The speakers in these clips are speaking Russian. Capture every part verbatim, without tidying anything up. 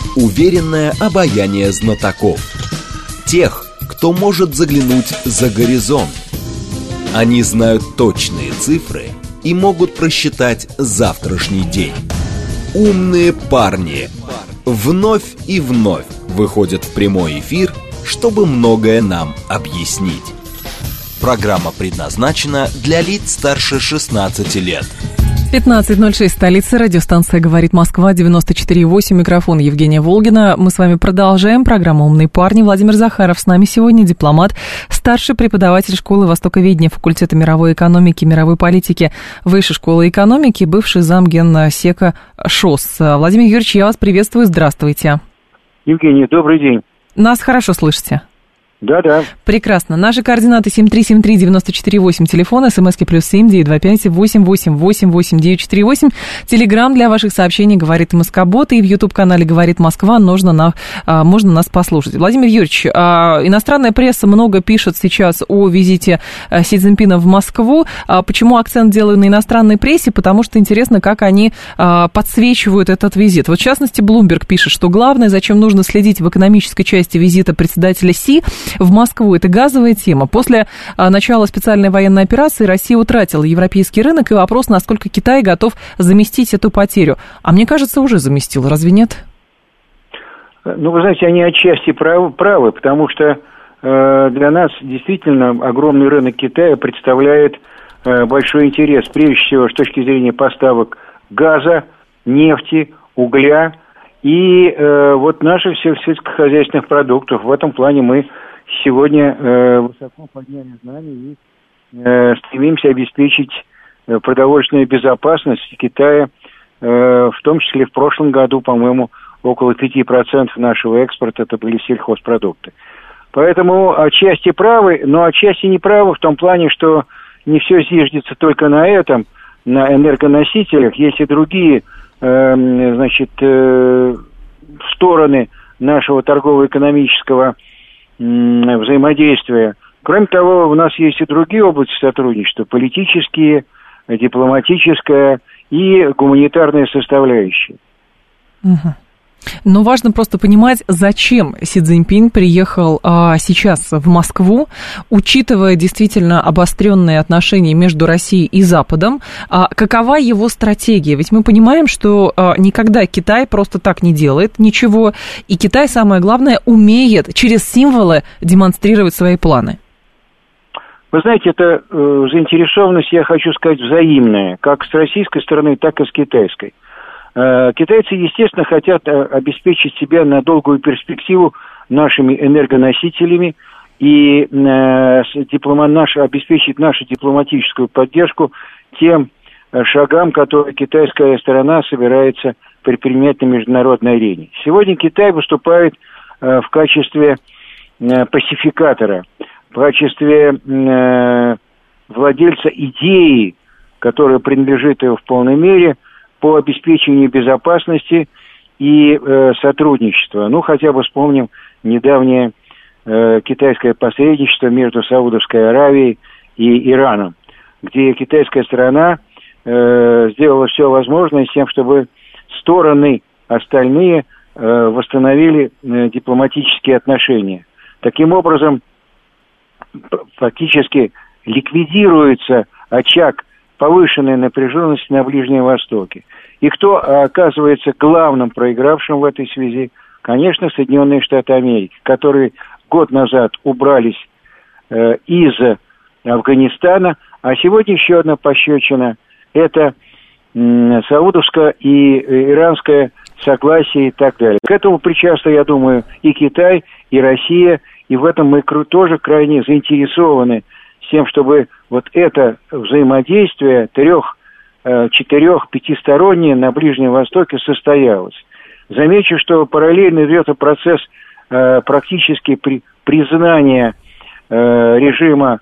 Уверенное обаяние знатоков. Тех, кто может заглянуть за горизонт. Они знают точные цифры и могут просчитать завтрашний день. Умные парни вновь и вновь выходят в прямой эфир, чтобы многое нам объяснить. Программа предназначена для лиц старше шестнадцати лет. пятнадцать ноль шесть, столица, радиостанция «Говорит Москва», девяносто четыре и восемь, микрофон Евгения Волгина. Мы с вами продолжаем программу «Умные парни». Владимир Захаров с нами сегодня, дипломат, старший преподаватель школы востоковедения факультета мировой экономики и мировой политики Высшей школы экономики, бывший замгенсека ШОС. Владимир Юрьевич, я вас приветствую, здравствуйте. Евгений, добрый день. Нас хорошо слышите? Да-да. Прекрасно. Наши координаты семь три семь три девять четыре восемь, телефон, смски плюс семь девять два пять восемь восемь восемь восемь девять четыре восемь. Телеграм для ваших сообщений «Говорит Москобот», и в YouTube-канале «Говорит Москва» нужно на, а, можно нас послушать. Владимир Юрьевич, а, иностранная пресса много пишет сейчас о визите а, Си Цзиньпина в Москву. А, почему акцент делаю на иностранной прессе? Потому что интересно, как они а, подсвечивают этот визит. Вот, в частности, Bloomberg пишет, что главное, зачем нужно следить в экономической части визита председателя Си в Москву, это газовая тема. После а, начала специальной военной операции Россия утратила европейский рынок, и вопрос, насколько Китай готов заместить эту потерю. А мне кажется, уже заместил, разве нет? Ну, вы знаете, они отчасти правы, правы потому что э, для нас действительно огромный рынок Китая представляет э, большой интерес, прежде всего, с точки зрения поставок газа, нефти, угля и э, вот наших сельскохозяйственных продуктов. В этом плане мы сегодня э, высоко подняли знания и э, стремимся обеспечить э, продовольственную безопасность Китая, э, в том числе в прошлом году, по-моему, около пяти процентов нашего экспорта это были сельхозпродукты. Поэтому отчасти правы, но отчасти не правы в том плане, что не все зиждется только на этом, на энергоносителях. Есть и другие э, значит, э, стороны нашего торгово-экономического взаимодействия. Кроме того, у нас есть и другие области сотрудничества, политические, дипломатическая и гуманитарная составляющая. Угу. Но важно просто понимать, зачем Си Цзиньпин приехал а, сейчас в Москву, учитывая действительно обостренные отношения между Россией и Западом. А, какова его стратегия? Ведь мы понимаем, что а, никогда Китай просто так не делает ничего, и Китай, самое главное, умеет через символы демонстрировать свои планы. Вы знаете, это э, заинтересованность, я хочу сказать, взаимная, как с российской стороны, так и с китайской. Китайцы, естественно, хотят обеспечить себя на долгую перспективу нашими энергоносителями и диплома, наш, обеспечить нашу дипломатическую поддержку тем шагам, которые китайская сторона собирается предпринять на международной арене. Сегодня Китай выступает в качестве пасификатора, в качестве владельца идеи, которая принадлежит ему в полной мере, по обеспечению безопасности и э, сотрудничества. Ну, хотя бы вспомним недавнее э, китайское посредничество между Саудовской Аравией и Ираном, где китайская сторона э, сделала все возможное с тем, чтобы стороны остальные э, восстановили э, дипломатические отношения. Таким образом, фактически ликвидируется очаг повышенной напряженности на Ближнем Востоке. И кто оказывается главным проигравшим в этой связи? Конечно, Соединенные Штаты Америки, которые год назад убрались э, из Афганистана, а сегодня еще одна пощечина – это э, саудовское и иранское согласие и так далее. К этому причастны, я думаю, и Китай, и Россия, и в этом мы тоже крайне заинтересованы с тем, чтобы вот это взаимодействие трех, четырех, пятистороннее на Ближнем Востоке состоялось. Замечу, что параллельно идет процесс э, практически при, признания э, режима,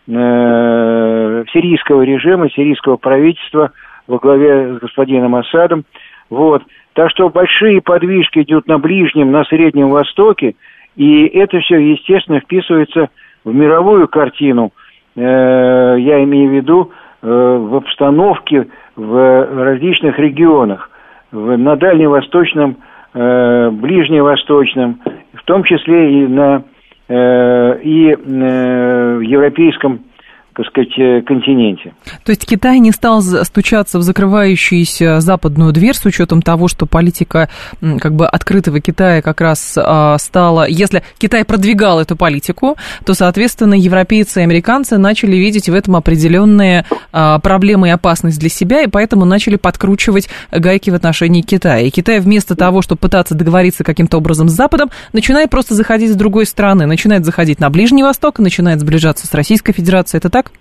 э, сирийского режима, сирийского правительства во главе с господином Асадом. Вот. Так что большие подвижки идут на Ближнем, на Среднем Востоке, и это все, естественно, вписывается в мировую картину. Э, я имею в виду э, в обстановке в различных регионах. В, на Дальневосточном э, ближневосточном, в том числе и на э, и, э, европейском, так сказать, континенте. То есть Китай не стал стучаться в закрывающуюся западную дверь с учетом того, что политика как бы открытого Китая как раз а, стала... Если Китай продвигал эту политику, то, соответственно, европейцы и американцы начали видеть в этом определенные а, проблемы и опасность для себя, и поэтому начали подкручивать гайки в отношении Китая. И Китай вместо того, чтобы пытаться договориться каким-то образом с Западом, начинает просто заходить с другой стороны, начинает заходить на Ближний Восток, начинает сближаться с Российской Федерацией. Это так?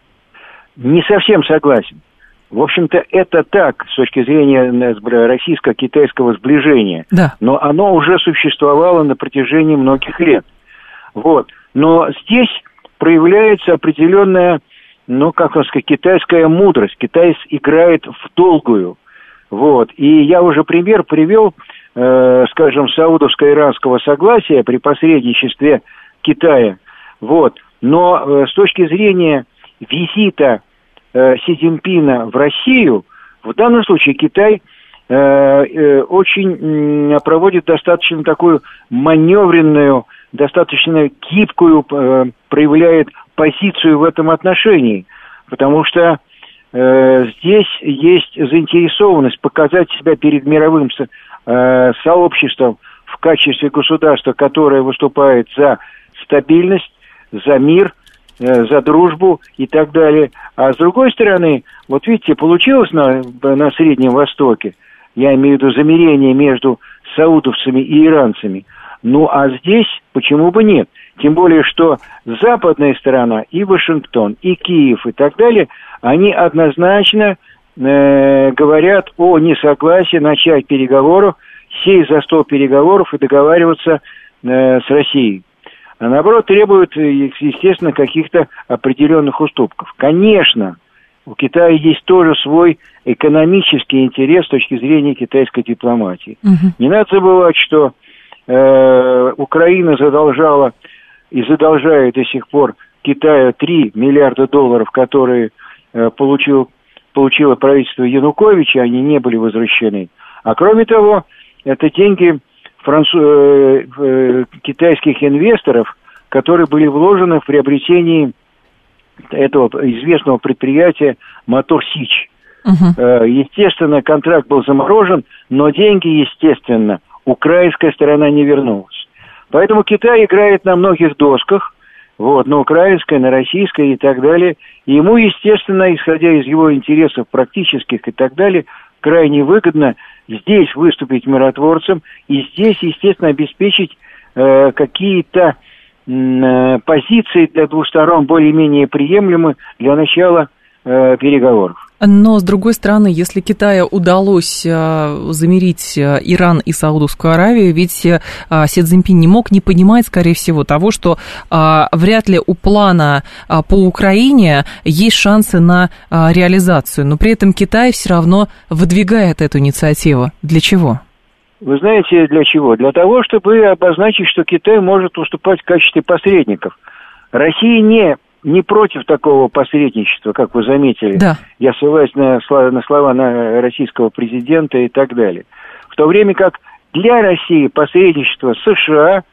Не совсем согласен. В общем-то, это так, с точки зрения российско-китайского сближения. Да. Но оно уже существовало на протяжении многих лет. Вот. Но здесь проявляется определенная, ну, как вам сказать, китайская мудрость. Китай играет в долгую. Вот. И я уже пример привел, э, скажем, саудовско-иранского согласия при посредничестве Китая. Вот. Но э, с точки зрения визита э, Си Цзиньпина в Россию, в данном случае Китай э, э, очень э, проводит достаточно такую маневренную, достаточно гибкую, э, проявляет позицию в этом отношении, потому что э, здесь есть заинтересованность показать себя перед мировым э, сообществом в качестве государства, которое выступает за стабильность, за мир, за дружбу и так далее. А с другой стороны, вот видите, получилось на, на Среднем Востоке, я имею в виду замирение между саудовцами и иранцами. Ну, а здесь почему бы нет? Тем более, что западная сторона, и Вашингтон, и Киев, и так далее, они однозначно э, говорят о несогласии начать переговоры, сесть за стол переговоров и договариваться э, с Россией. А наоборот, требуют, естественно, каких-то определенных уступков. Конечно, у Китая есть тоже свой экономический интерес с точки зрения китайской дипломатии. Угу. Не надо забывать, что э, Украина задолжала и задолжает до сих пор Китаю три миллиарда долларов, которые э, получил, получило правительство Януковича, они не были возвращены. А кроме того, это деньги француз... э, э, китайских инвесторов, которые были вложены в приобретение этого известного предприятия «Мотор Сич». Uh-huh. Естественно, контракт был заморожен, но деньги, естественно, украинская сторона не вернулась. Поэтому Китай играет на многих досках, вот, на украинской, на российской и так далее. И ему, естественно, исходя из его интересов практических и так далее, крайне выгодно здесь выступить миротворцем и здесь, естественно, обеспечить э, какие-то э, позиции для двух сторон более-менее приемлемы для начала э, переговоров. Но, с другой стороны, если Китаю удалось а, замирить а, Иран и Саудовскую Аравию, ведь а, Си Цзиньпин не мог не понимать, скорее всего, того, что а, вряд ли у плана а, по Украине есть шансы на а, реализацию. Но при этом Китай все равно выдвигает эту инициативу. Для чего? Вы знаете, для чего? Для того, чтобы обозначить, что Китай может выступать в качестве посредников. Россия не... не против такого посредничества, как вы заметили. Да. Я ссылаюсь на слова, на слова на российского президента и так далее. В то время как для России посредничество США,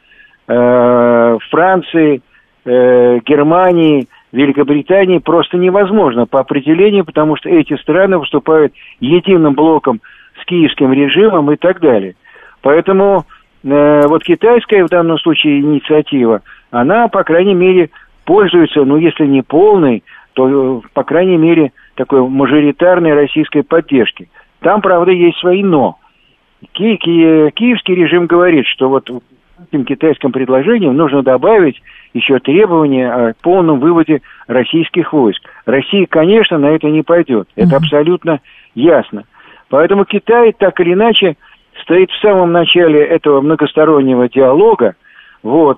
э, Франции, э, Германии, Великобритании просто невозможно по определению, потому что эти страны выступают единым блоком с киевским режимом и так далее. Поэтому э, вот китайская в данном случае инициатива, она, по крайней мере, пользуется, ну, если не полной, то, по крайней мере, такой мажоритарной российской поддержки. Там, правда, есть свои «но». Ки- ки- киевский режим говорит, что вот в этим китайском предложении нужно добавить еще требования о полном выводе российских войск. Россия, конечно, на это не пойдет. Это mm-hmm. абсолютно ясно. Поэтому Китай, так или иначе, стоит в самом начале этого многостороннего диалога. Вот.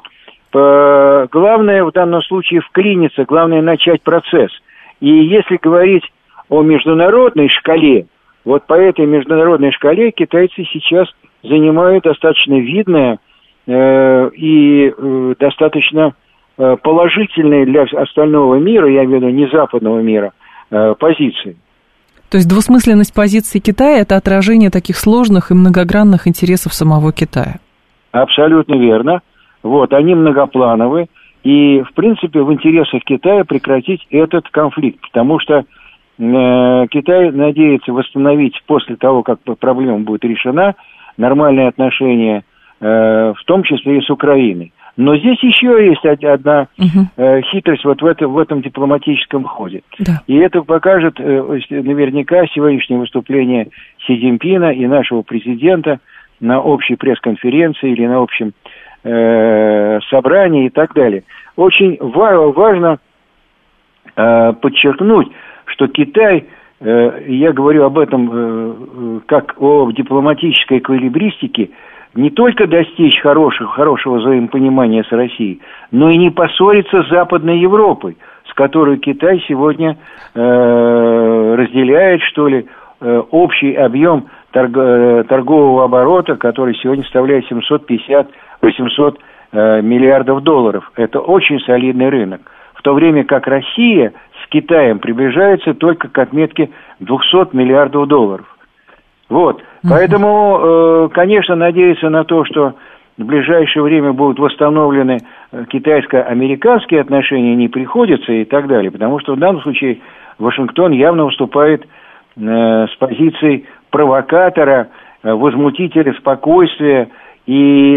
Главное в данном случае вклиниться, главное начать процесс. И если говорить о международной шкале, вот по этой международной шкале китайцы сейчас занимают достаточно видное э, и э, достаточно э, положительные для остального мира, я имею в виду не западного мира, э, позиции. То есть двусмысленность позиции Китая – это отражение таких сложных и многогранных интересов самого Китая? Абсолютно верно. Вот, они многоплановы, и, в принципе, в интересах Китая прекратить этот конфликт, потому что э, Китай надеется восстановить после того, как проблема будет решена, нормальные отношения, э, в том числе и с Украиной. Но здесь еще есть одна угу. э, хитрость вот в, это, в этом дипломатическом ходе. Да. И это покажет э, наверняка сегодняшнее выступление Си Цзиньпина и нашего президента на общей пресс-конференции или на общем э, собрании и так далее. Очень ва- важно э, подчеркнуть, что Китай, э, я говорю об этом э, как о дипломатической эквилибристике, не только достичь хороших, хорошего взаимопонимания с Россией, но и не поссориться с Западной Европой, с которой Китай сегодня э, разделяет, что ли, э, общий объем торг, торгового оборота, который сегодня составляет семьсот пятьдесят - восемьсот э, миллиардов долларов. Это очень солидный рынок. В то время как Россия с Китаем приближается только к отметке двести миллиардов долларов. Вот. Uh-huh. Поэтому, э, конечно, надеяться на то, что в ближайшее время будут восстановлены китайско-американские отношения, не приходится и так далее. Потому что в данном случае Вашингтон явно выступает э, с позицией провокатора, э, возмутителя спокойствия и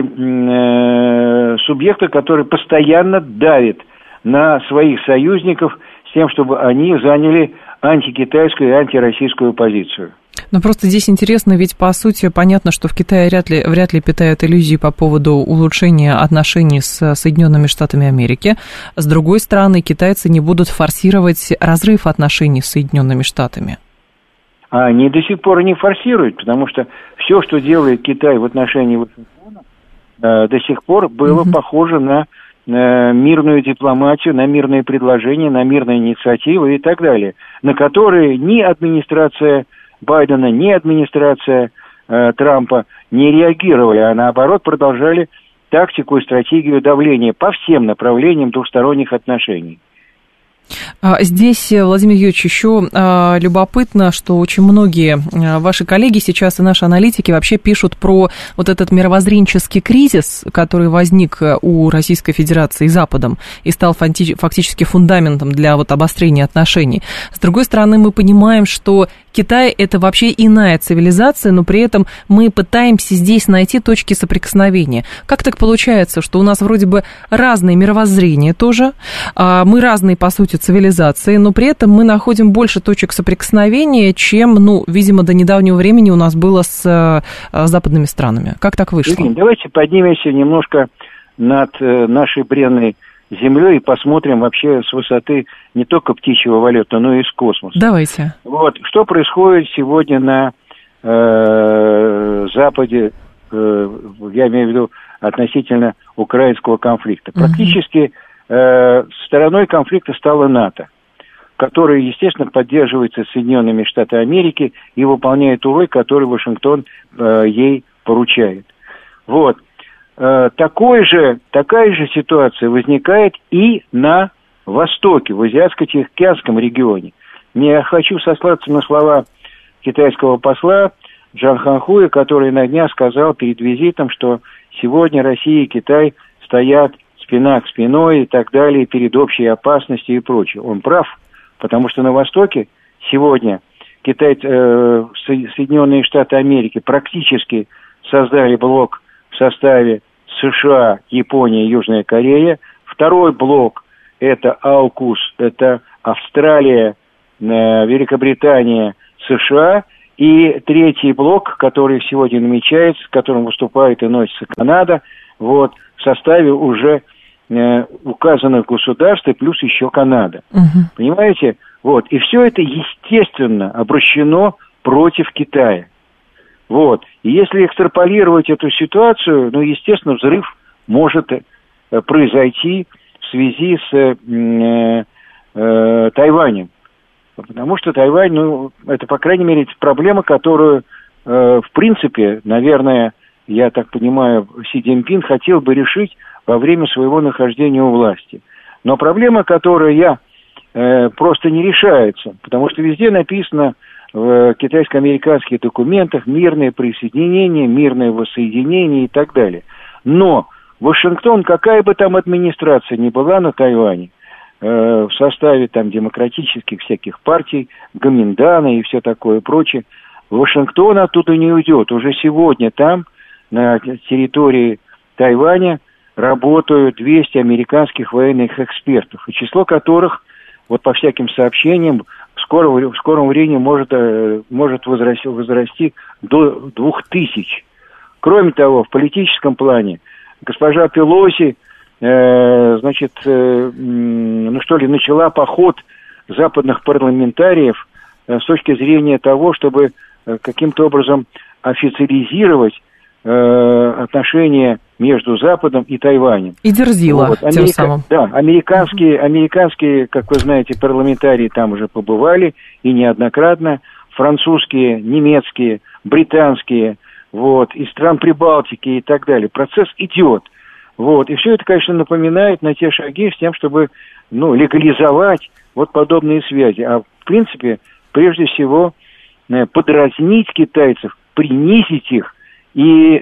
э, субъекта, который постоянно давит на своих союзников с тем, чтобы они заняли антикитайскую и антироссийскую позицию. Но просто здесь интересно, ведь по сути понятно, что в Китае вряд ли, вряд ли питают иллюзии по поводу улучшения отношений с Соединенными Штатами Америки. С другой стороны, китайцы не будут форсировать разрыв отношений с Соединенными Штатами. А они до сих пор не форсируют, потому что все, что делает Китай в отношении Вашингтона, э, до сих пор было угу. похоже на э, мирную дипломатию, на мирные предложения, на мирные инициативы и так далее, на которые ни администрация Байдена, ни администрация э, Трампа не реагировали, а наоборот продолжали тактику и стратегию давления по всем направлениям двусторонних отношений. Здесь, Владимир Юрьевич, еще а, любопытно, что очень многие а, ваши коллеги сейчас и наши аналитики вообще пишут про вот этот мировоззренческий кризис, который возник у Российской Федерации Западом и стал фанти- фактически фундаментом для вот обострения отношений. С другой стороны, мы понимаем, что Китай – это вообще иная цивилизация, но при этом мы пытаемся здесь найти точки соприкосновения. Как так получается, что у нас вроде бы разные мировоззрения тоже, а мы разные, по сути, цивилизации, но при этом мы находим больше точек соприкосновения, чем, ну, видимо, до недавнего времени у нас было с а, западными странами. Как так вышло? Ирина, давайте поднимемся немножко над э, нашей бренной землей и посмотрим вообще с высоты не только птичьего полета, но и из космоса. Давайте. Вот, что происходит сегодня на э, Западе, э, я имею в виду относительно украинского конфликта. Uh-huh. Практически э, стороной конфликта стала НАТО, которая, естественно, поддерживается Соединенными Штатами Америки и выполняет ту роль, которую Вашингтон э, ей поручает. Вот. Такой же, такая же ситуация возникает и на Востоке, в Азиатско-Тихоокеанском регионе. Я хочу сослаться на слова китайского посла Джан Ханхуя, который на днях сказал перед визитом, что сегодня Россия и Китай стоят спина к спиной и так далее, перед общей опасностью и прочее. Он прав, потому что на Востоке сегодня Китай, э, Соединенные Штаты Америки практически создали блок в составе США, Япония, Южная Корея. Второй блок – это аукус, это Австралия, Великобритания, США. И третий блок, который сегодня намечается, с которым выступает и носится Канада, вот, в составе уже э, указанных государств и плюс еще Канада. Угу. Понимаете? Вот. И все это, естественно, обращено против Китая. Вот. И если экстраполировать эту ситуацию, ну, естественно, взрыв может э, произойти в связи с э, э, Тайванем. Потому что Тайвань, ну, это, по крайней мере, проблема, которую, э, в принципе, наверное, я так понимаю, Си Цзиньпин хотел бы решить во время своего нахождения у власти. Но проблема, которая я, э, просто не решается, потому что везде написано в китайско-американских документах мирное присоединение, мирное воссоединение и так далее. Но Вашингтон, какая бы там администрация ни была на Тайване, э, в составе там демократических всяких партий, Гоминдана и все такое прочее, Вашингтон оттуда не уйдет. Уже сегодня там, на территории Тайваня, работают двести американских военных экспертов, и число которых, вот по всяким сообщениям, в скором, в скором времени может, может возрасти, возрасти до двух тысяч. Кроме того, в политическом плане госпожа Пелоси, э, значит, э, ну что ли, начала поход западных парламентариев э, с точки зрения того, чтобы э, каким-то образом официализировать э, отношения между Западом и Тайванем. И дерзила вот. Америка... тем самым. Да, американские, американские, как вы знаете, парламентарии там уже побывали, и неоднократно. Французские, немецкие, британские, вот, из стран Прибалтики и так далее. Процесс идет. Вот. И все это, конечно, напоминает на те шаги с тем, чтобы, ну, легализовать вот подобные связи. А в принципе, прежде всего, подразнить китайцев, принизить их и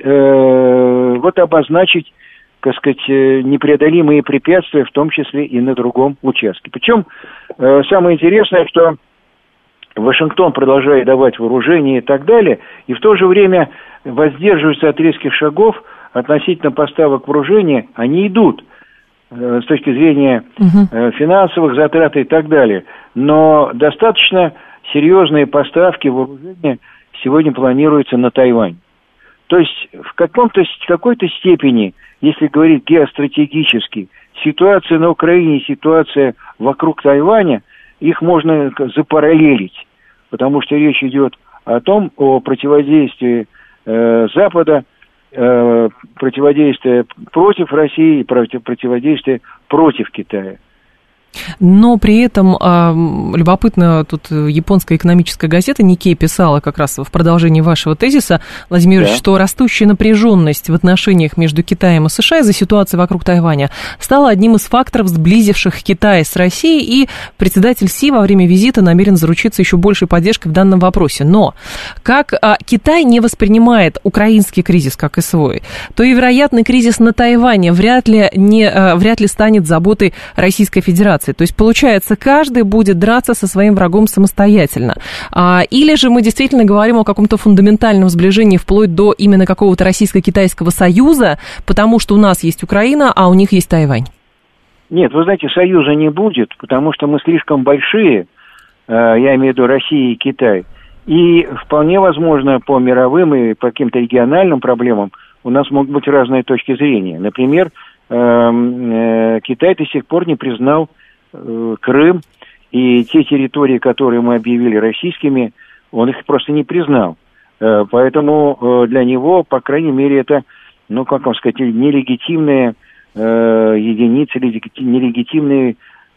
э, вот обозначить, так сказать, непреодолимые препятствия, в том числе и на другом участке. Причем э, самое интересное, что Вашингтон продолжает давать вооружение и так далее, и в то же время воздерживаются от резких шагов относительно поставок вооружения, они идут э, с точки зрения э, финансовых затрат и так далее. Но достаточно серьезные поставки вооружения сегодня планируются на Тайвань. То есть в каком-то, в какой-то степени, если говорить геостратегически, ситуация на Украине и ситуация вокруг Тайваня, их можно запараллелить, потому что речь идет о том, о противодействии э, Запада, э, противодействии против России и против, противодействия против Китая. Но при этом э, любопытно, тут японская экономическая газета Никей писала как раз в продолжении вашего тезиса, Владимир Ильич, да. что растущая напряженность в отношениях между Китаем и США из-за ситуации вокруг Тайваня стала одним из факторов, сблизивших Китай с Россией, и председатель Си во время визита намерен заручиться еще большей поддержкой в данном вопросе. Но как э, Китай не воспринимает украинский кризис как и свой, то и вероятный кризис на Тайване вряд ли, не, э, вряд ли станет заботой Российской Федерации. То есть, получается, каждый будет драться со своим врагом самостоятельно. А, или же мы действительно говорим о каком-то фундаментальном сближении вплоть до именно какого-то российско-китайского союза, потому что у нас есть Украина, а у них есть Тайвань. Нет, вы знаете, союза не будет, потому что мы слишком большие, э, я имею в виду Россия и Китай, и вполне возможно по мировым и по каким-то региональным проблемам у нас могут быть разные точки зрения. Например, э, э, Китай до сих пор не признал Крым, и те территории, которые мы объявили российскими, он их просто не признал. Поэтому для него, по крайней мере, это, ну, как вам сказать, нелегитимные э, единицы, нелегитимные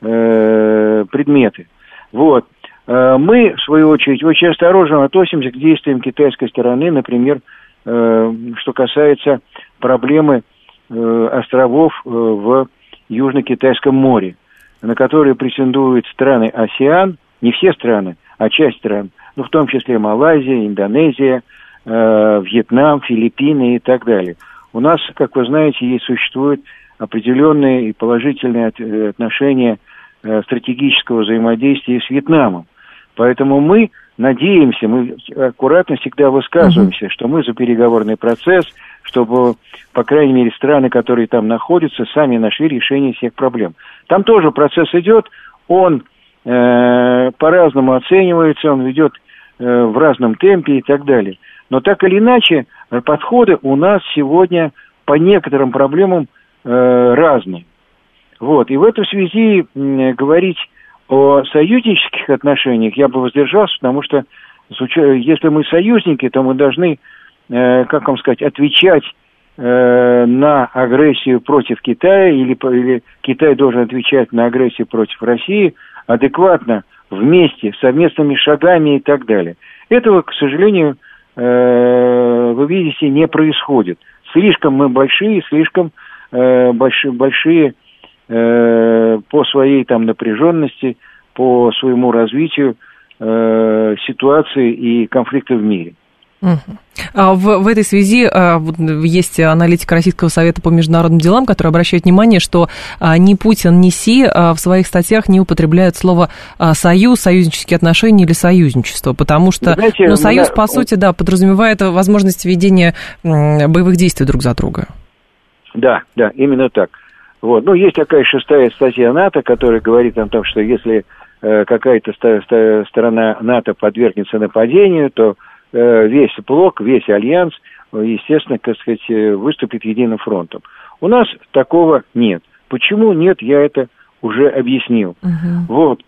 э, предметы. Вот. Мы, в свою очередь, очень осторожно относимся к действиям китайской стороны, например, э, что касается проблемы э, островов э, в Южно-Китайском море, на которые претендуют страны АСЕАН, не все страны, а часть стран, ну, в том числе Малайзия, Индонезия, э, Вьетнам, Филиппины и так далее. У нас, как вы знаете, есть, существуют определенные и положительные отношения э, стратегического взаимодействия с Вьетнамом. Поэтому мы надеемся, мы аккуратно всегда высказываемся, mm-hmm. что мы за переговорный процесс, чтобы, по крайней мере, страны, которые там находятся, сами нашли решение всех проблем. Там тоже процесс идет, он э, по-разному оценивается, он идет э, в разном темпе и так далее. Но так или иначе, подходы у нас сегодня по некоторым проблемам э, разные. Вот. И в этой связи э, говорить о союзнических отношениях я бы воздержался, потому что если мы союзники, то мы должны, э, как вам сказать, отвечать э, на агрессию против Китая, или, или Китай должен отвечать на агрессию против России адекватно, вместе, совместными шагами и так далее. Этого, к сожалению, э, вы видите, не происходит. Слишком мы большие, слишком э, большие, большие по своей там напряженности, по своему развитию, э, ситуации и конфликта в мире. В, в этой связи есть аналитика Российского совета по международным делам, который обращает внимание, что ни Путин, ни Си в своих статьях не употребляют слово «союз», «союзнические отношения» или «союзничество», потому что знаете, ну, союз, меня... по сути, да, подразумевает возможность ведения боевых действий друг за друга. Да, да, именно так. Вот. Ну, есть такая шестая статья НАТО, которая говорит о том, что если э, какая-то ста- ста- сторона НАТО подвергнется нападению, то э, весь блок, весь альянс, естественно, так сказать, выступит единым фронтом. У нас такого нет. Почему нет, я это уже объяснил. Uh-huh. Вот.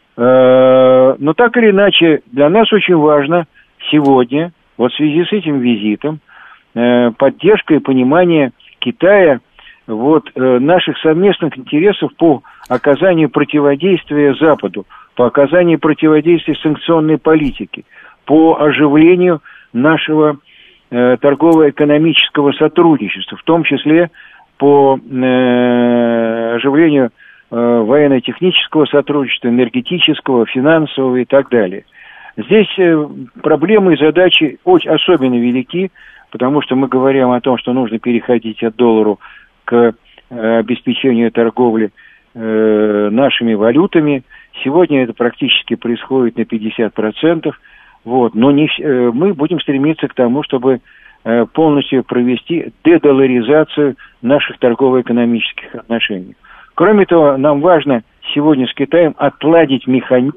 Э, но так или иначе, для нас очень важно сегодня, вот в связи с этим визитом, э, поддержка и понимание Китая вот, э, наших совместных интересов по оказанию противодействия Западу, по оказанию противодействия санкционной политике, по оживлению нашего э, торгово-экономического сотрудничества, в том числе по э, оживлению э, военно-технического сотрудничества, энергетического, финансового и так далее. Здесь э, проблемы и задачи очень, особенно велики, потому что мы говорим о том, что нужно переходить от доллара к э, обеспечению торговли э, нашими валютами. Сегодня это практически происходит на пятьдесят процентов. Вот. Но не, э, мы будем стремиться к тому, чтобы э, полностью провести дедолларизацию наших торгово-экономических отношений. Кроме того, нам важно сегодня с Китаем отладить механизм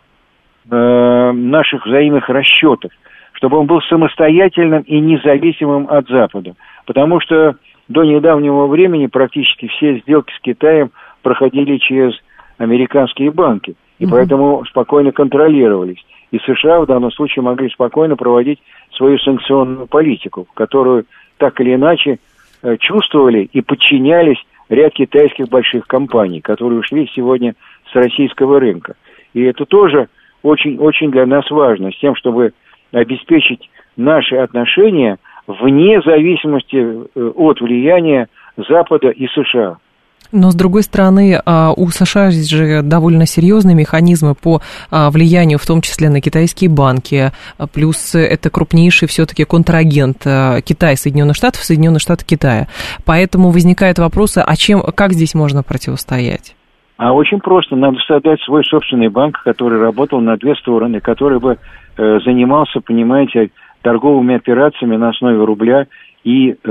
э, наших взаимных расчетов, чтобы он был самостоятельным и независимым от Запада. Потому что до недавнего времени практически все сделки с Китаем проходили через американские банки, и mm-hmm. поэтому спокойно контролировались. И США в данном случае могли спокойно проводить свою санкционную политику, которую так или иначе чувствовали и подчинялись ряд китайских больших компаний, которые ушли сегодня с российского рынка. И это тоже очень-очень для нас важно, с тем, чтобы обеспечить наши отношения вне зависимости от влияния Запада и США. Но, с другой стороны, у США здесь же довольно серьезные механизмы по влиянию, в том числе на китайские банки, плюс это крупнейший все-таки контрагент Китая, Соединенных Штатов, Соединенных Штатов, Китая. Поэтому возникают вопросы, а чем, как здесь можно противостоять? А очень просто. Надо создать свой собственный банк, который работал на две стороны, который бы э, занимался, понимаете, торговыми операциями на основе рубля и э,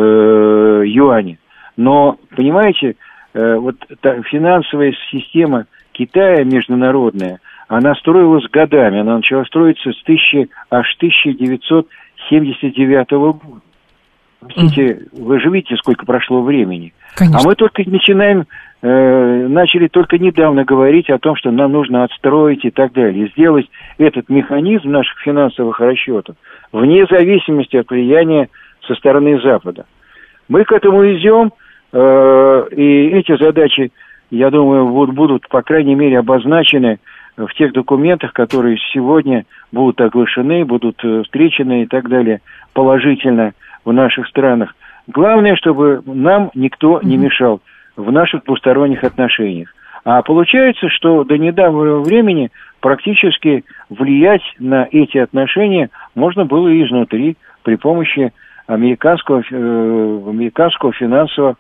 юаня. Но, понимаете, э, вот та финансовая система Китая международная, она строилась годами. Она начала строиться с тысячи, аж тысяча девятьсот семьдесят девятого года. Видите, вы же видите, сколько прошло времени. Конечно. А мы только начинаем, э, начали только недавно говорить о том, что нам нужно отстроить и так далее. Сделать этот механизм наших финансовых расчетов вне зависимости от влияния со стороны Запада. Мы к этому идем, э, и эти задачи, я думаю, будут, по крайней мере, обозначены в тех документах, которые сегодня будут оглашены, будут встречены и так далее положительно в наших странах. Главное, чтобы нам никто не мешал в наших двусторонних отношениях. А получается, что до недавнего времени практически влиять на эти отношения можно было и изнутри при помощи американского, э, американского финансового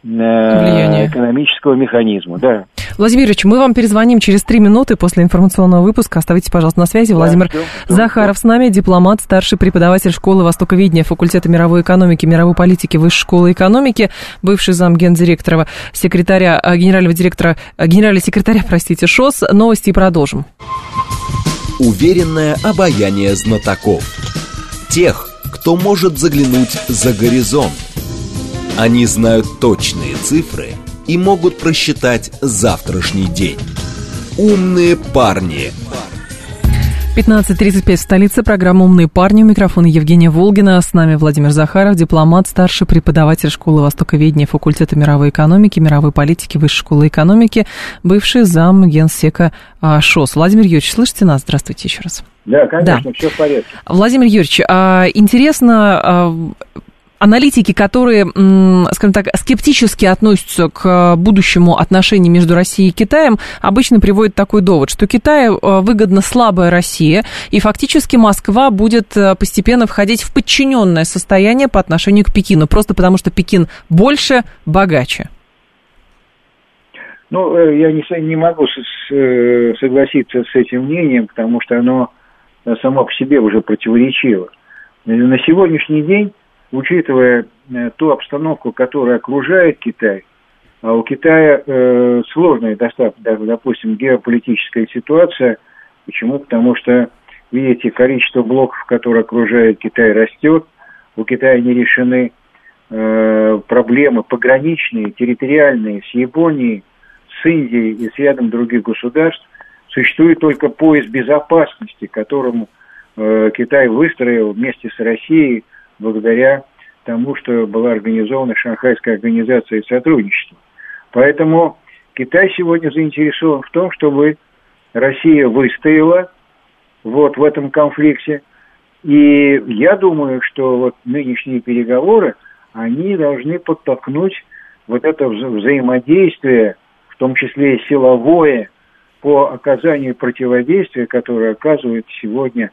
э, экономического механизма. Да. Владимир Ильич, мы вам перезвоним через три минуты после информационного выпуска. Оставайтесь, пожалуйста, на связи. Да, Владимир ждем, ждем, Захаров ждем. С нами, дипломат, старший преподаватель школы востоковедения факультета мировой экономики, мировой политики Высшей школы экономики, бывший зам гендиректора, секретаря, генерального директора, генерального секретаря, простите, ШОС. Новости и продолжим. Уверенное обаяние знатоков. Тех, кто может заглянуть за горизонт. Они знают точные цифры и могут просчитать завтрашний день. Умные парни. пятнадцать тридцать пять в столице. Программа «Умные парни». У микрофона Евгения Волгина. С нами Владимир Захаров, дипломат, старший преподаватель школы востоковедения факультета мировой экономики, мировой политики Высшей школы экономики, бывший зам генсека ШОС. Владимир Юрьевич, слышите нас? Здравствуйте еще раз. Да, конечно, да. Все в порядке. Владимир Юрьевич, интересно... аналитики, которые, скажем так, скептически относятся к будущему отношений между Россией и Китаем, обычно приводят такой довод, что Китаю выгодна слабая Россия, и фактически Москва будет постепенно входить в подчиненное состояние по отношению к Пекину, просто потому что Пекин больше, богаче. Ну, я не, не могу согласиться с этим мнением, потому что оно само по себе уже противоречиво. На сегодняшний день, учитывая ту обстановку, которая окружает Китай, а у Китая э, сложная, допустим, геополитическая ситуация. Почему? Потому что, видите, количество блоков, которые окружают Китай, растет. У Китая не решены э, проблемы пограничные, территориальные с Японией, с Индией и с рядом других государств. Существует только пояс безопасности, которому э, Китай выстроил вместе с Россией благодаря тому, что была организована Шанхайская организация сотрудничества. Поэтому Китай сегодня заинтересован в том, чтобы Россия выстояла вот в этом конфликте. И я думаю, что вот нынешние переговоры, они должны подтолкнуть вот это вза- взаимодействие, в том числе и силовое, по оказанию противодействия, которое оказывает сегодня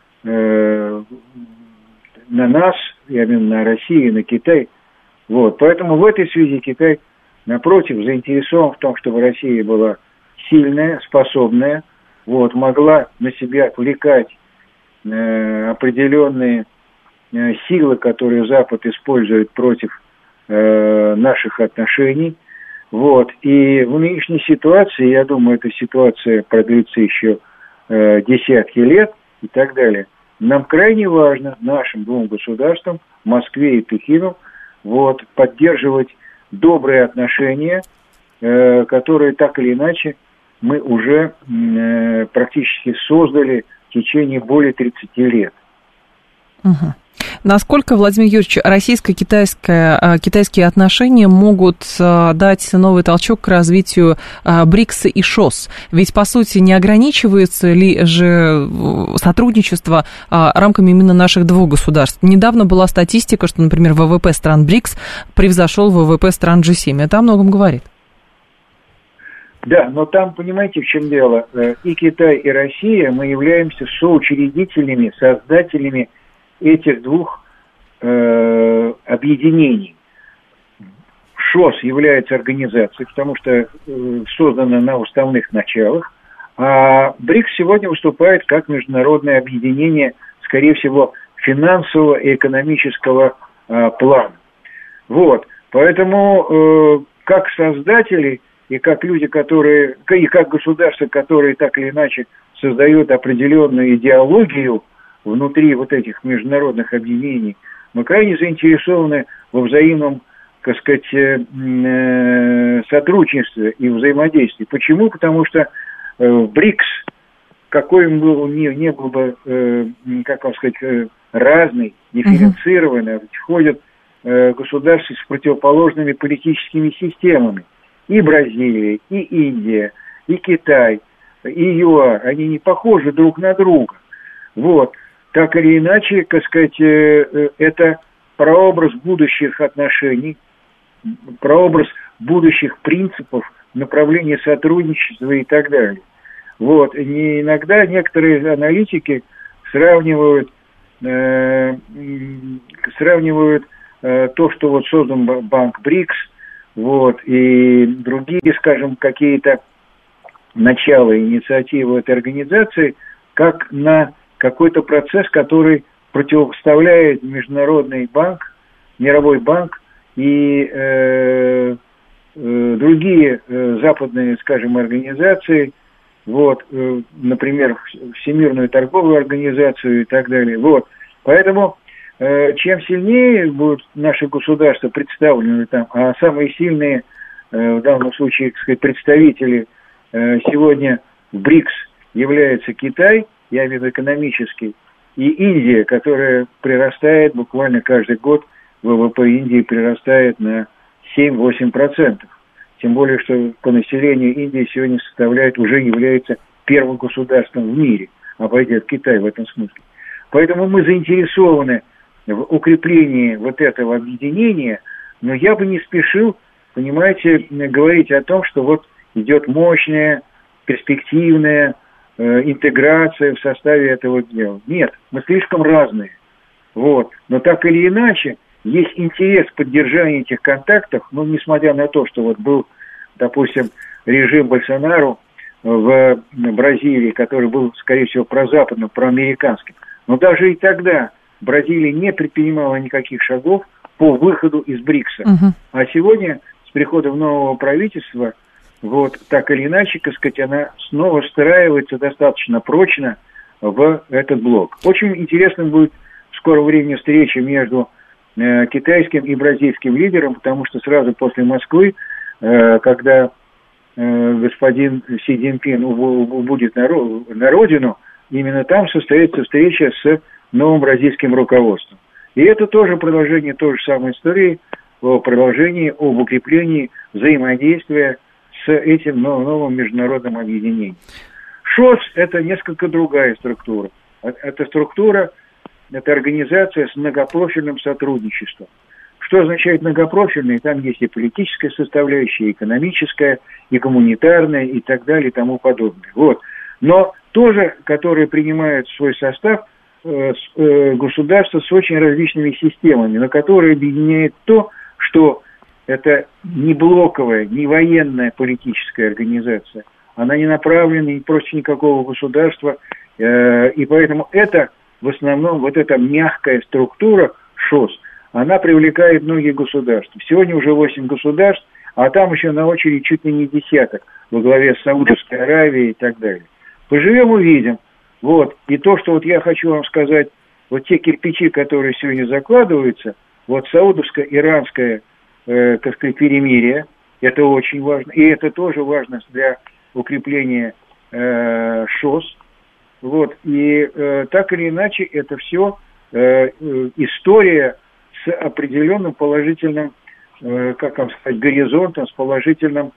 э, на нас, я имею в виду на Россию, на Китай. Вот. Поэтому в этой связи Китай, напротив, заинтересован в том, чтобы Россия была сильная, способная, вот, могла на себя отвлекать э, определенные э, силы, которые Запад использует против э, наших отношений. Вот. И в нынешней ситуации, я думаю, эта ситуация продлится еще э, десятки лет и так далее. Нам крайне важно, нашим двум государствам, Москве и Пекину, вот, поддерживать добрые отношения, э, которые так или иначе мы уже э, практически создали в течение более тридцати лет. Угу. Насколько, Владимир Юрьевич, российско-китайские отношения могут дать новый толчок к развитию БРИКСа и ШОС? Ведь, по сути, не ограничивается ли же сотрудничество рамками именно наших двух государств? Недавно была статистика, что, например, ВВП стран БРИКС превзошел ВВП стран джи семь. Это о многом говорит. Да, но там, понимаете, в чем дело? И Китай, и Россия, мы являемся соучредителями, создателями этих двух э, объединений. ШОС является организацией, потому что э, создана на уставных началах, а БРИКС сегодня выступает как международное объединение, скорее всего, финансового и экономического э, плана. Вот, поэтому э, как создатели и как люди, которые, и как государства, которые так или иначе создают определенную идеологию внутри вот этих международных объединений, мы крайне заинтересованы во взаимном, так сказать, сотрудничестве и взаимодействии. Почему? Потому что в БРИКС, какой он был, не, не был бы, как вам сказать, разный, дифференцированный, uh-huh. входят государства с противоположными политическими системами. И Бразилия, и Индия, и Китай, и ЮАР, они не похожи друг на друга. Вот. Так или иначе, так сказать, это прообраз будущих отношений, прообраз будущих принципов, направления сотрудничества и так далее. Вот. И иногда некоторые аналитики сравнивают, э, сравнивают э, то, что вот создан банк БРИКС, вот, и другие, скажем, какие-то начала инициативы этой организации, как на какой-то процесс, который противопоставляет Международный банк, Мировой банк и э, э, другие э, западные, скажем, организации, вот, э, например, Всемирную торговую организацию и так далее. Вот. Поэтому э, чем сильнее будут наши государства представлены там, а самые сильные, э, в данном случае, так сказать, представители э, сегодня в БРИКС является Китай, я имею в виду экономический, и Индия, которая прирастает буквально каждый год, ВВП Индии прирастает на семь-восемь процентов. Тем более, что по населению Индия сегодня составляет, уже является первым государством в мире, обойдя Китай в этом смысле. Поэтому мы заинтересованы в укреплении вот этого объединения, но я бы не спешил, понимаете, говорить о том, что вот идет мощная, перспективная э, интеграция в составе этого дела. Нет, мы слишком разные. Вот. Но так или иначе, есть интерес в поддержании этих контактов, ну, несмотря на то, что вот был, допустим, режим Больсонару в Бразилии, который был, скорее всего, прозападным, проамериканским. Но даже и тогда Бразилия не предпринимала никаких шагов по выходу из БРИКСа. Uh-huh. А сегодня, с приходом нового правительства, вот так или иначе, так сказать, она снова встраивается достаточно прочно в этот блок. Очень интересно будет в скором времени встреча между э, китайским и бразильским лидером, потому что сразу после Москвы, э, когда э, господин Си Цзиньпин убудет на, на родину, именно там состоится встреча с новым бразильским руководством. И это тоже продолжение той же самой истории, о продолжении, об укреплении взаимодействия с этим новым международным объединением. ШОС – это несколько другая структура. Это структура, это организация с многопрофильным сотрудничеством. Что означает многопрофильный? Там есть и политическая составляющая, и экономическая, и гуманитарная, и так далее, и тому подобное. Вот. Но тоже, которые принимают в свой состав э, э, государства с очень различными системами, но которые объединяет то, что это не блоковая, не военная политическая организация. Она не направлена ни против никакого государства. Э, и поэтому это, в основном, вот эта мягкая структура ШОС, она привлекает многие государства. Сегодня уже восемь государств, а там еще на очереди чуть ли не десяток, во главе с Саудовской Аравией и так далее. Поживем, увидим. Вот. И то, что вот я хочу вам сказать, вот те кирпичи, которые сегодня закладываются, вот саудовско-иранское, э, так сказать, перемирие, это очень важно. И это тоже важно для укрепления э, ШОС. Вот. И э, так или иначе, это все э, э, история с определенным положительным, э, как вам сказать, горизонтом, с положительным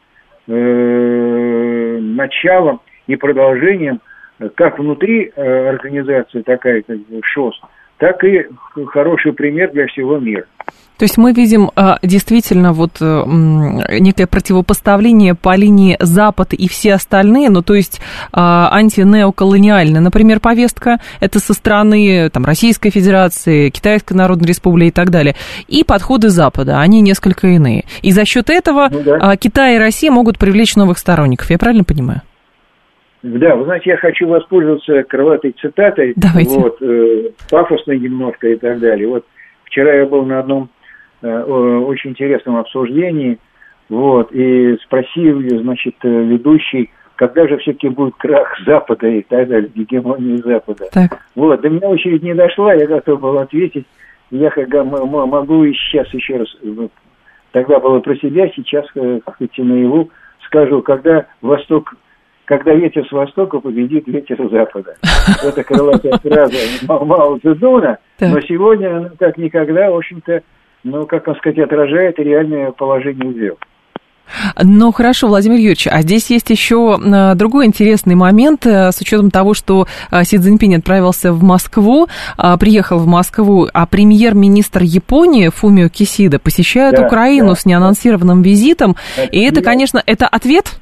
э, началом и продолжением, как внутри э, организации такая, как ШОС, так и хороший пример для всего мира. То есть мы видим а, действительно вот а, некое противопоставление по линии Запад и все остальные, ну то есть а, антинеоколониальная, например, повестка, это со стороны там, Российской Федерации, Китайской Народной Республики и так далее, и подходы Запада, они несколько иные. И за счет этого ну, да. а, Китай и Россия могут привлечь новых сторонников, я правильно понимаю? Да, вы знаете, я хочу воспользоваться крылатой цитатой, вот, э, пафосной немножко и так далее. Вот вчера я был на одном э, очень интересном обсуждении, вот, и спросил, значит, ведущий, когда же все-таки будет крах Запада и так далее, гегемонии Запада. Так. Вот, до меня очередь не дошла, я готов был ответить, я могу и сейчас еще раз, тогда было про себя, сейчас, хоть и наяву, скажу, когда Восток... Когда ветер с востока победит ветер с запада. Это крылатая фраза Мао Цзэдуна, но сегодня она как никогда, в общем-то, ну, как вам сказать, отражает реальное положение дел. Ну, хорошо, Владимир Юрьевич, а здесь есть еще другой интересный момент, с учетом того, что Си Цзиньпинь отправился в Москву, приехал в Москву, а премьер-министр Японии Фумио Кисида посещает да, Украину да, с неанонсированным визитом, и это, конечно, это ответ?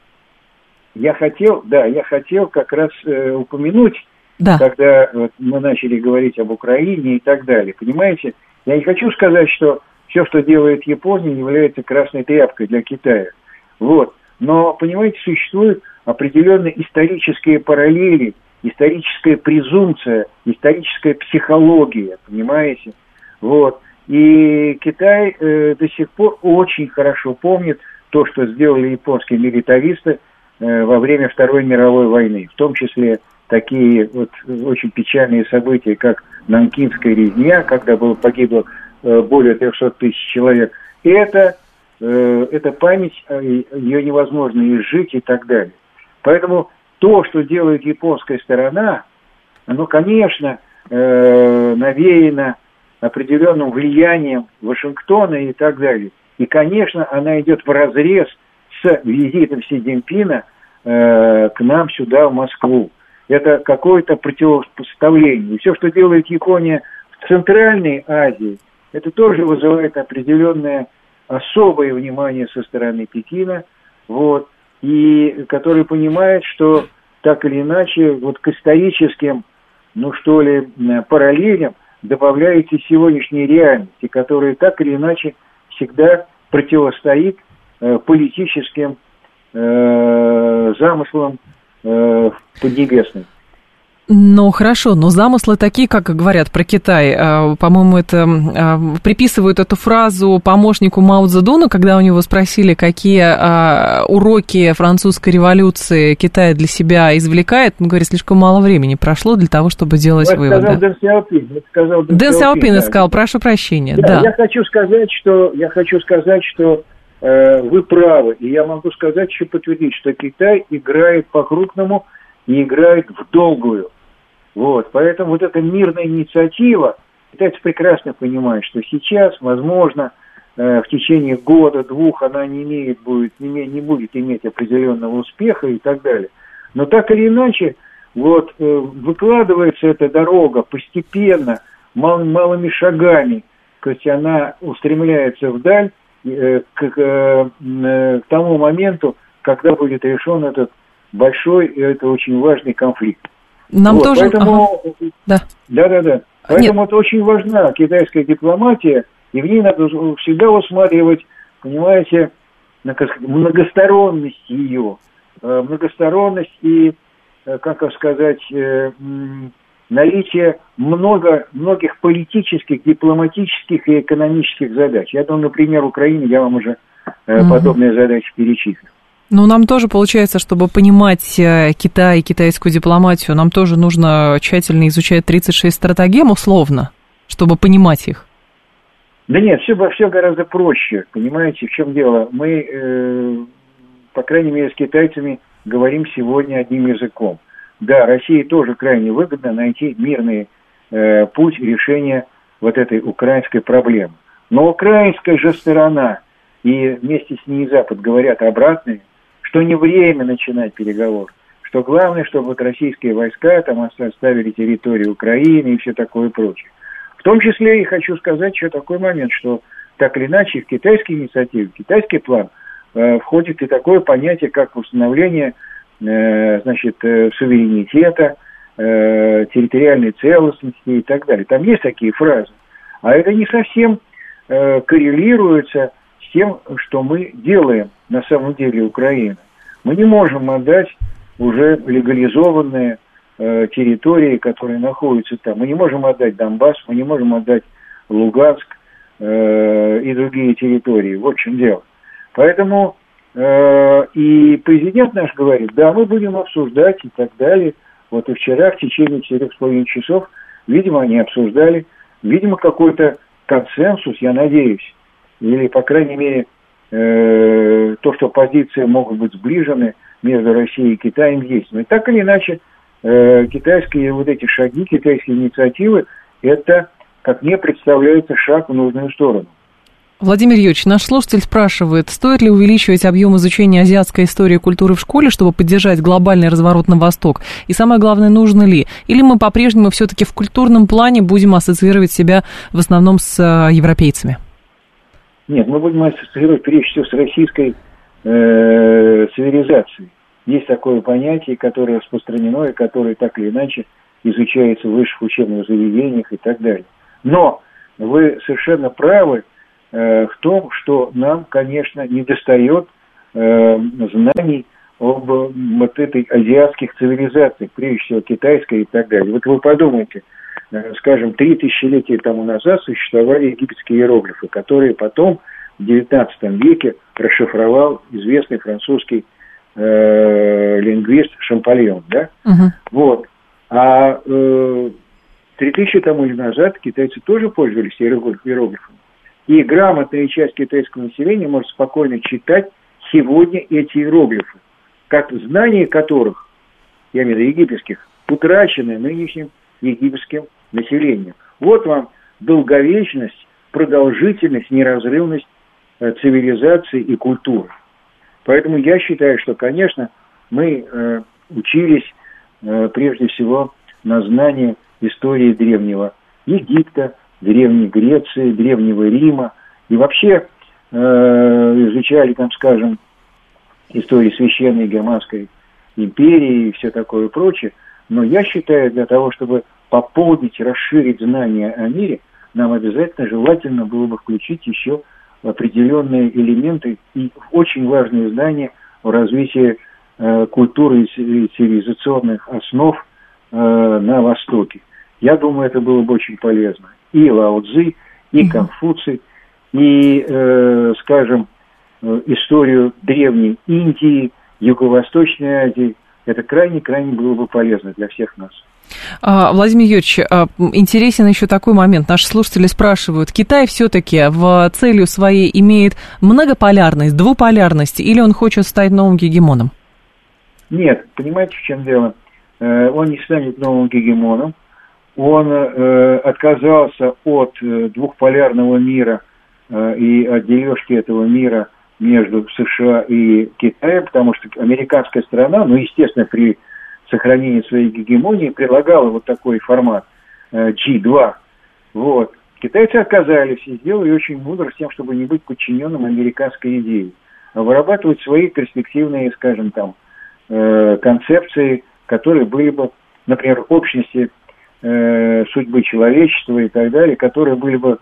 Я хотел, да, я хотел как раз э, упомянуть, да. когда вот, мы начали говорить об Украине и так далее. Понимаете, я не хочу сказать, что все, что делает Япония, является красной тряпкой для Китая. Вот. Но, понимаете, существуют определенные исторические параллели, историческая презумпция, историческая психология, понимаете? Вот. И Китай э, до сих пор очень хорошо помнит то, что сделали японские милитаристы во время Второй мировой войны, в том числе такие вот очень печальные события, как Нанкинская резня, когда было погибло более трехсот тысяч человек. И это, это память, ее невозможно изжить и так далее. Поэтому то, что делает японская сторона, оно, конечно, навеяно определенным влиянием Вашингтона и так далее. И, конечно, она идет вразрез с визитом Си Цзиньпина э, к нам сюда, в Москву. Это какое-то противопоставление. И все, что делает Япония в Центральной Азии это тоже вызывает определенное особое внимание со стороны Пекина, вот, и который понимает, что так или иначе вот к историческим, ну что ли, параллелям добавляется сегодняшняя реальность, которая так или иначе всегда противостоит э, политическим э, замыслам э, поднебесным. Ну, хорошо, но замыслы такие, как говорят про Китай, по-моему, это приписывают эту фразу помощнику Мао Цзэдуна, когда у него спросили, какие уроки французской революции Китай для себя извлекает, он говорит, слишком мало времени прошло для того, чтобы делать это выводы. Сказал Дэн Сяопин, это сказал Дэн, Дэн Сяопин да. сказал, прошу прощения. Да, да. Я хочу сказать, что я хочу сказать, что э, вы правы, и я могу сказать, еще подтвердить, что Китай играет по-крупному и играет в долгую. Вот, поэтому вот эта мирная инициатива, китайцы прекрасно понимают, что сейчас, возможно, э, в течение года-двух она не имеет, будет, не, не будет иметь определенного успеха и так далее. Но так или иначе, вот, э, выкладывается эта дорога постепенно, мал, малыми шагами, то есть она устремляется вдаль э, к, э, э, к тому моменту, когда будет решен этот большой и это очень важный конфликт. Нам вот, тоже... Поэтому, ага. да. да, да, да. Поэтому Нет. это очень важна китайская дипломатия, и в ней надо всегда усматривать, понимаете, многосторонность ее, многосторонность и, как сказать, наличие много, многих политических, дипломатических и экономических задач. Я думаю, например, Украине я вам уже угу. подобные задачи перечислил. Ну, нам тоже, получается, чтобы понимать Китай и китайскую дипломатию, нам тоже нужно тщательно изучать тридцать шесть стратегем, условно, чтобы понимать их. Да нет, все, все гораздо проще, понимаете, в чем дело. Мы, э, по крайней мере, с китайцами говорим сегодня одним языком. Да, России тоже крайне выгодно найти мирный э, путь решения вот этой украинской проблемы. Но украинская же сторона и вместе с ней Запад говорят обратное, что не время начинать переговоры, что главное, чтобы вот российские войска там оставили территорию Украины и все такое прочее. В том числе и хочу сказать еще такой момент, что так или иначе в китайской инициативе, в китайский план э, входит и такое понятие, как установление э, значит, э, суверенитета, э, территориальной целостности и так далее. Там есть такие фразы, а это не совсем э, коррелируется с тем, что мы делаем на самом деле Украина. Мы не можем отдать уже легализованные э, территории, которые находятся там. Мы не можем отдать Донбасс, мы не можем отдать Луганск э, и другие территории. Вот в чем дело. Поэтому э, и президент наш говорит, да, мы будем обсуждать и так далее. Вот и вчера в течение четырех с половиной часов, видимо, они обсуждали, видимо, какой-то консенсус, я надеюсь, или, по крайней мере, э, то, что позиции могут быть сближены между Россией и Китаем, есть. Но так или иначе, э, китайские вот эти шаги, китайские инициативы, это, как мне представляется, шаг в нужную сторону. Владимир Юрьевич, наш слушатель спрашивает, стоит ли увеличивать объем изучения азиатской истории и культуры в школе, чтобы поддержать глобальный разворот на восток? И самое главное, нужно ли? Или мы по-прежнему все-таки в культурном плане будем ассоциировать себя в основном с э, европейцами? Нет, мы будем ассоциировать прежде всего с российской э, цивилизацией. Есть такое понятие, которое распространено и которое так или иначе изучается в высших учебных заведениях и так далее. Но вы совершенно правы э, в том, что нам, конечно, недостает э, знаний об вот этой азиатских цивилизациях, прежде всего китайской и так далее. Вот вы подумайте, скажем, три тысячелетия тому назад существовали египетские иероглифы, которые потом в девятнадцатом веке расшифровал известный французский э, лингвист Шампольон, да? Uh-huh. Вот. А э, три тысячи тому назад китайцы тоже пользовались иероглифами. И грамотная часть китайского населения может спокойно читать сегодня эти иероглифы, как знания которых, я имею в виду египетских, утрачены нынешним египетским населением. Вот вам долговечность, продолжительность, неразрывность э, цивилизации и культуры. Поэтому я считаю, что, конечно, мы э, учились э, прежде всего на знании истории древнего Египта, Древней Греции, Древнего Рима. И вообще э, изучали, там, скажем, историю Священной Германской империи и все такое прочее. Но я считаю, для того, чтобы пополнить, расширить знания о мире, нам обязательно желательно было бы включить еще определенные элементы и очень важные знания в развитии э, культуры и цивилизационных основ э, на Востоке. Я думаю, это было бы очень полезно. И Лао Цзи, и Конфуций, и, э, скажем, историю Древней Индии, Юго-Восточной Азии. Это крайне-крайне было бы полезно для всех нас. Владимир Юрьевич, интересен еще такой момент. Наши слушатели спрашивают, Китай все-таки в целью своей имеет многополярность, двуполярность, или он хочет стать новым гегемоном? Нет, понимаете, в чем дело? Он не станет новым гегемоном. Он отказался от двухполярного мира и от дележки этого мира между США и Китаем, потому что американская страна, ну, естественно, при сохранении своей гегемонии предлагала вот такой формат джи два. Вот. Китайцы отказались и сделали очень мудро с тем, чтобы не быть подчиненным американской идее, а вырабатывать свои перспективные, скажем, там, концепции, которые были бы, например, общности судьбы человечества и так далее, которые были бы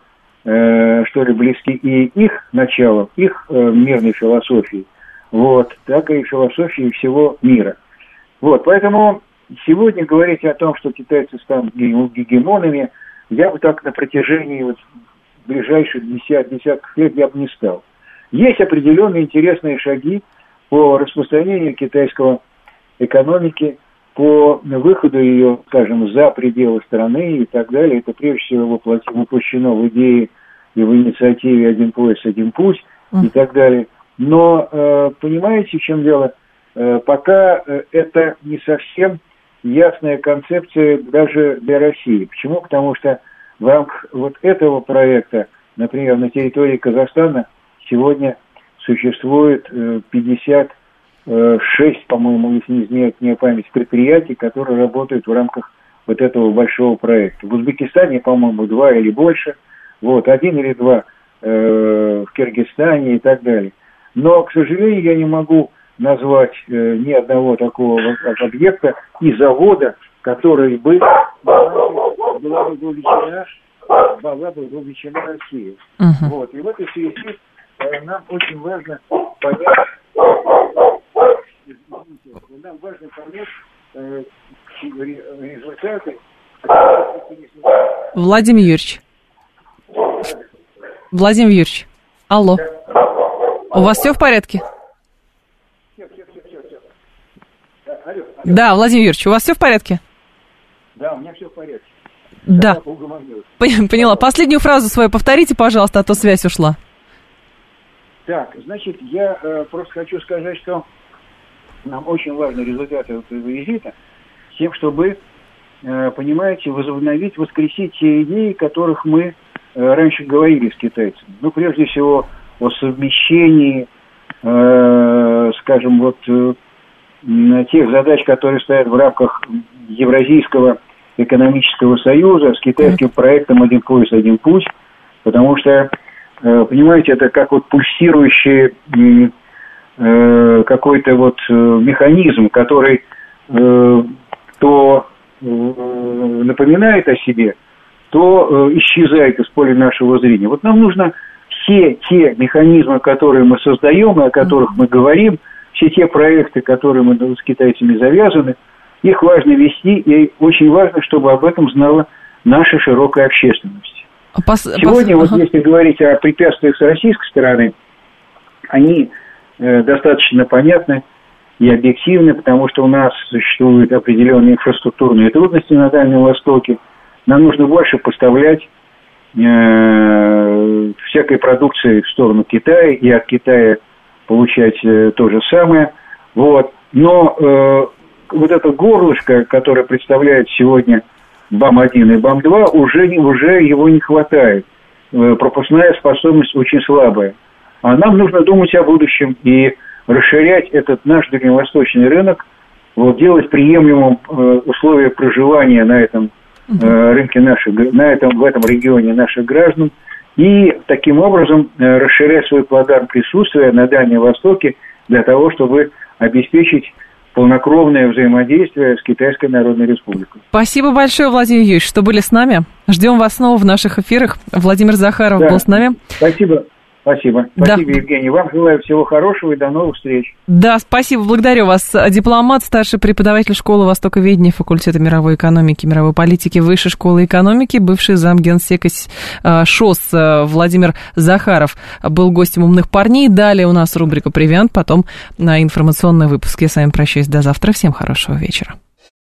что ли, близки и их началу, их э, мирной философии, вот, так и философии всего мира. Вот, поэтому сегодня говорить о том, что китайцы станут гегемонами, я бы так на протяжении вот ближайших десят, десятков лет я бы не стал. Есть определенные интересные шаги по распространению китайского экономики, по выходу ее, скажем, за пределы страны и так далее. Это прежде всего воплощено в идее и в инициативе «Один пояс, один путь» и так далее. Но, э, понимаете, в чем дело? Э, пока э, это не совсем ясная концепция даже для России. Почему? Потому что в рамках вот этого проекта, например, на территории Казахстана сегодня существует э, пятьдесят шесть, по-моему, если не изменяет мне память, предприятий, которые работают в рамках вот этого большого проекта. В Узбекистане, по-моему, два или больше, вот, один или два э, в Киргизстане и так далее. Но, к сожалению, я не могу назвать э, ни одного такого объекта и завода, который бы была бы вовлечена, была бы вовлечена Россия. Uh-huh. Вот, и в этой связи э, нам очень важно понять, нам важно понять э, результаты. Владимир Юрьевич. Владимир Юрьевич. Алло. У вас все в порядке? Все, все, все, все, все. Алло, алло. Да, Владимир Юрьевич, у вас все в порядке? Да, у меня все в порядке. Да. Поняла. Последнюю фразу свою повторите, пожалуйста, а то связь ушла. Так, значит, я э, просто хочу сказать, что нам очень важны результаты этого визита, с тем, чтобы, э, понимаете, возобновить, воскресить те идеи, которых мы э, раньше говорили с китайцами. Ну, прежде всего, о совмещении, э, скажем, вот э, тех задач, которые стоят в рамках Евразийского экономического союза с китайским проектом «Один пояс, один путь», потому что, понимаете, это как вот пульсирующий э, какой-то вот э, механизм, который э, то э, напоминает о себе, то э, исчезает из поля нашего зрения. Вот нам нужно все те механизмы, которые мы создаем и о которых мы говорим, все те проекты, которые мы с китайцами завязаны, их важно вести, и очень важно, чтобы об этом знала наша широкая общественность. Пос... Сегодня, Пос... вот ага. если говорить о препятствиях с российской стороны, они э, достаточно понятны и объективны, потому что у нас существуют определенные инфраструктурные трудности на Дальнем Востоке. Нам нужно больше поставлять э, всякой продукции в сторону Китая и от Китая получать э, то же самое. Вот. Но э, вот это горлышко, которое представляет сегодня БАМ один и БАМ два, уже, уже его не хватает. Пропускная способность очень слабая. А нам нужно думать о будущем и расширять этот наш дальневосточный рынок, вот, делать приемлемым условия проживания на этом uh-huh. рынке наших, на этом, в этом регионе наших граждан и таким образом расширять свой плацдарм присутствия на Дальнем Востоке для того, чтобы обеспечить полнокровное взаимодействие с Китайской Народной Республикой. Спасибо большое, Владимир Юрьевич, что были с нами. Ждем вас снова в наших эфирах. Владимир Захаров да. был с нами. Спасибо. Спасибо. Да. Спасибо, Евгений. Вам желаю всего хорошего и до новых встреч. Да, спасибо, благодарю вас. Дипломат, старший преподаватель школы востоковедения факультета мировой экономики, мировой политики Высшей школы экономики, бывший замгенсека ШОС Владимир Захаров был гостем «Умных парней». Далее у нас рубрика «Провиант», потом на информационный выпуск. Я с вами прощаюсь до завтра. Всем хорошего вечера.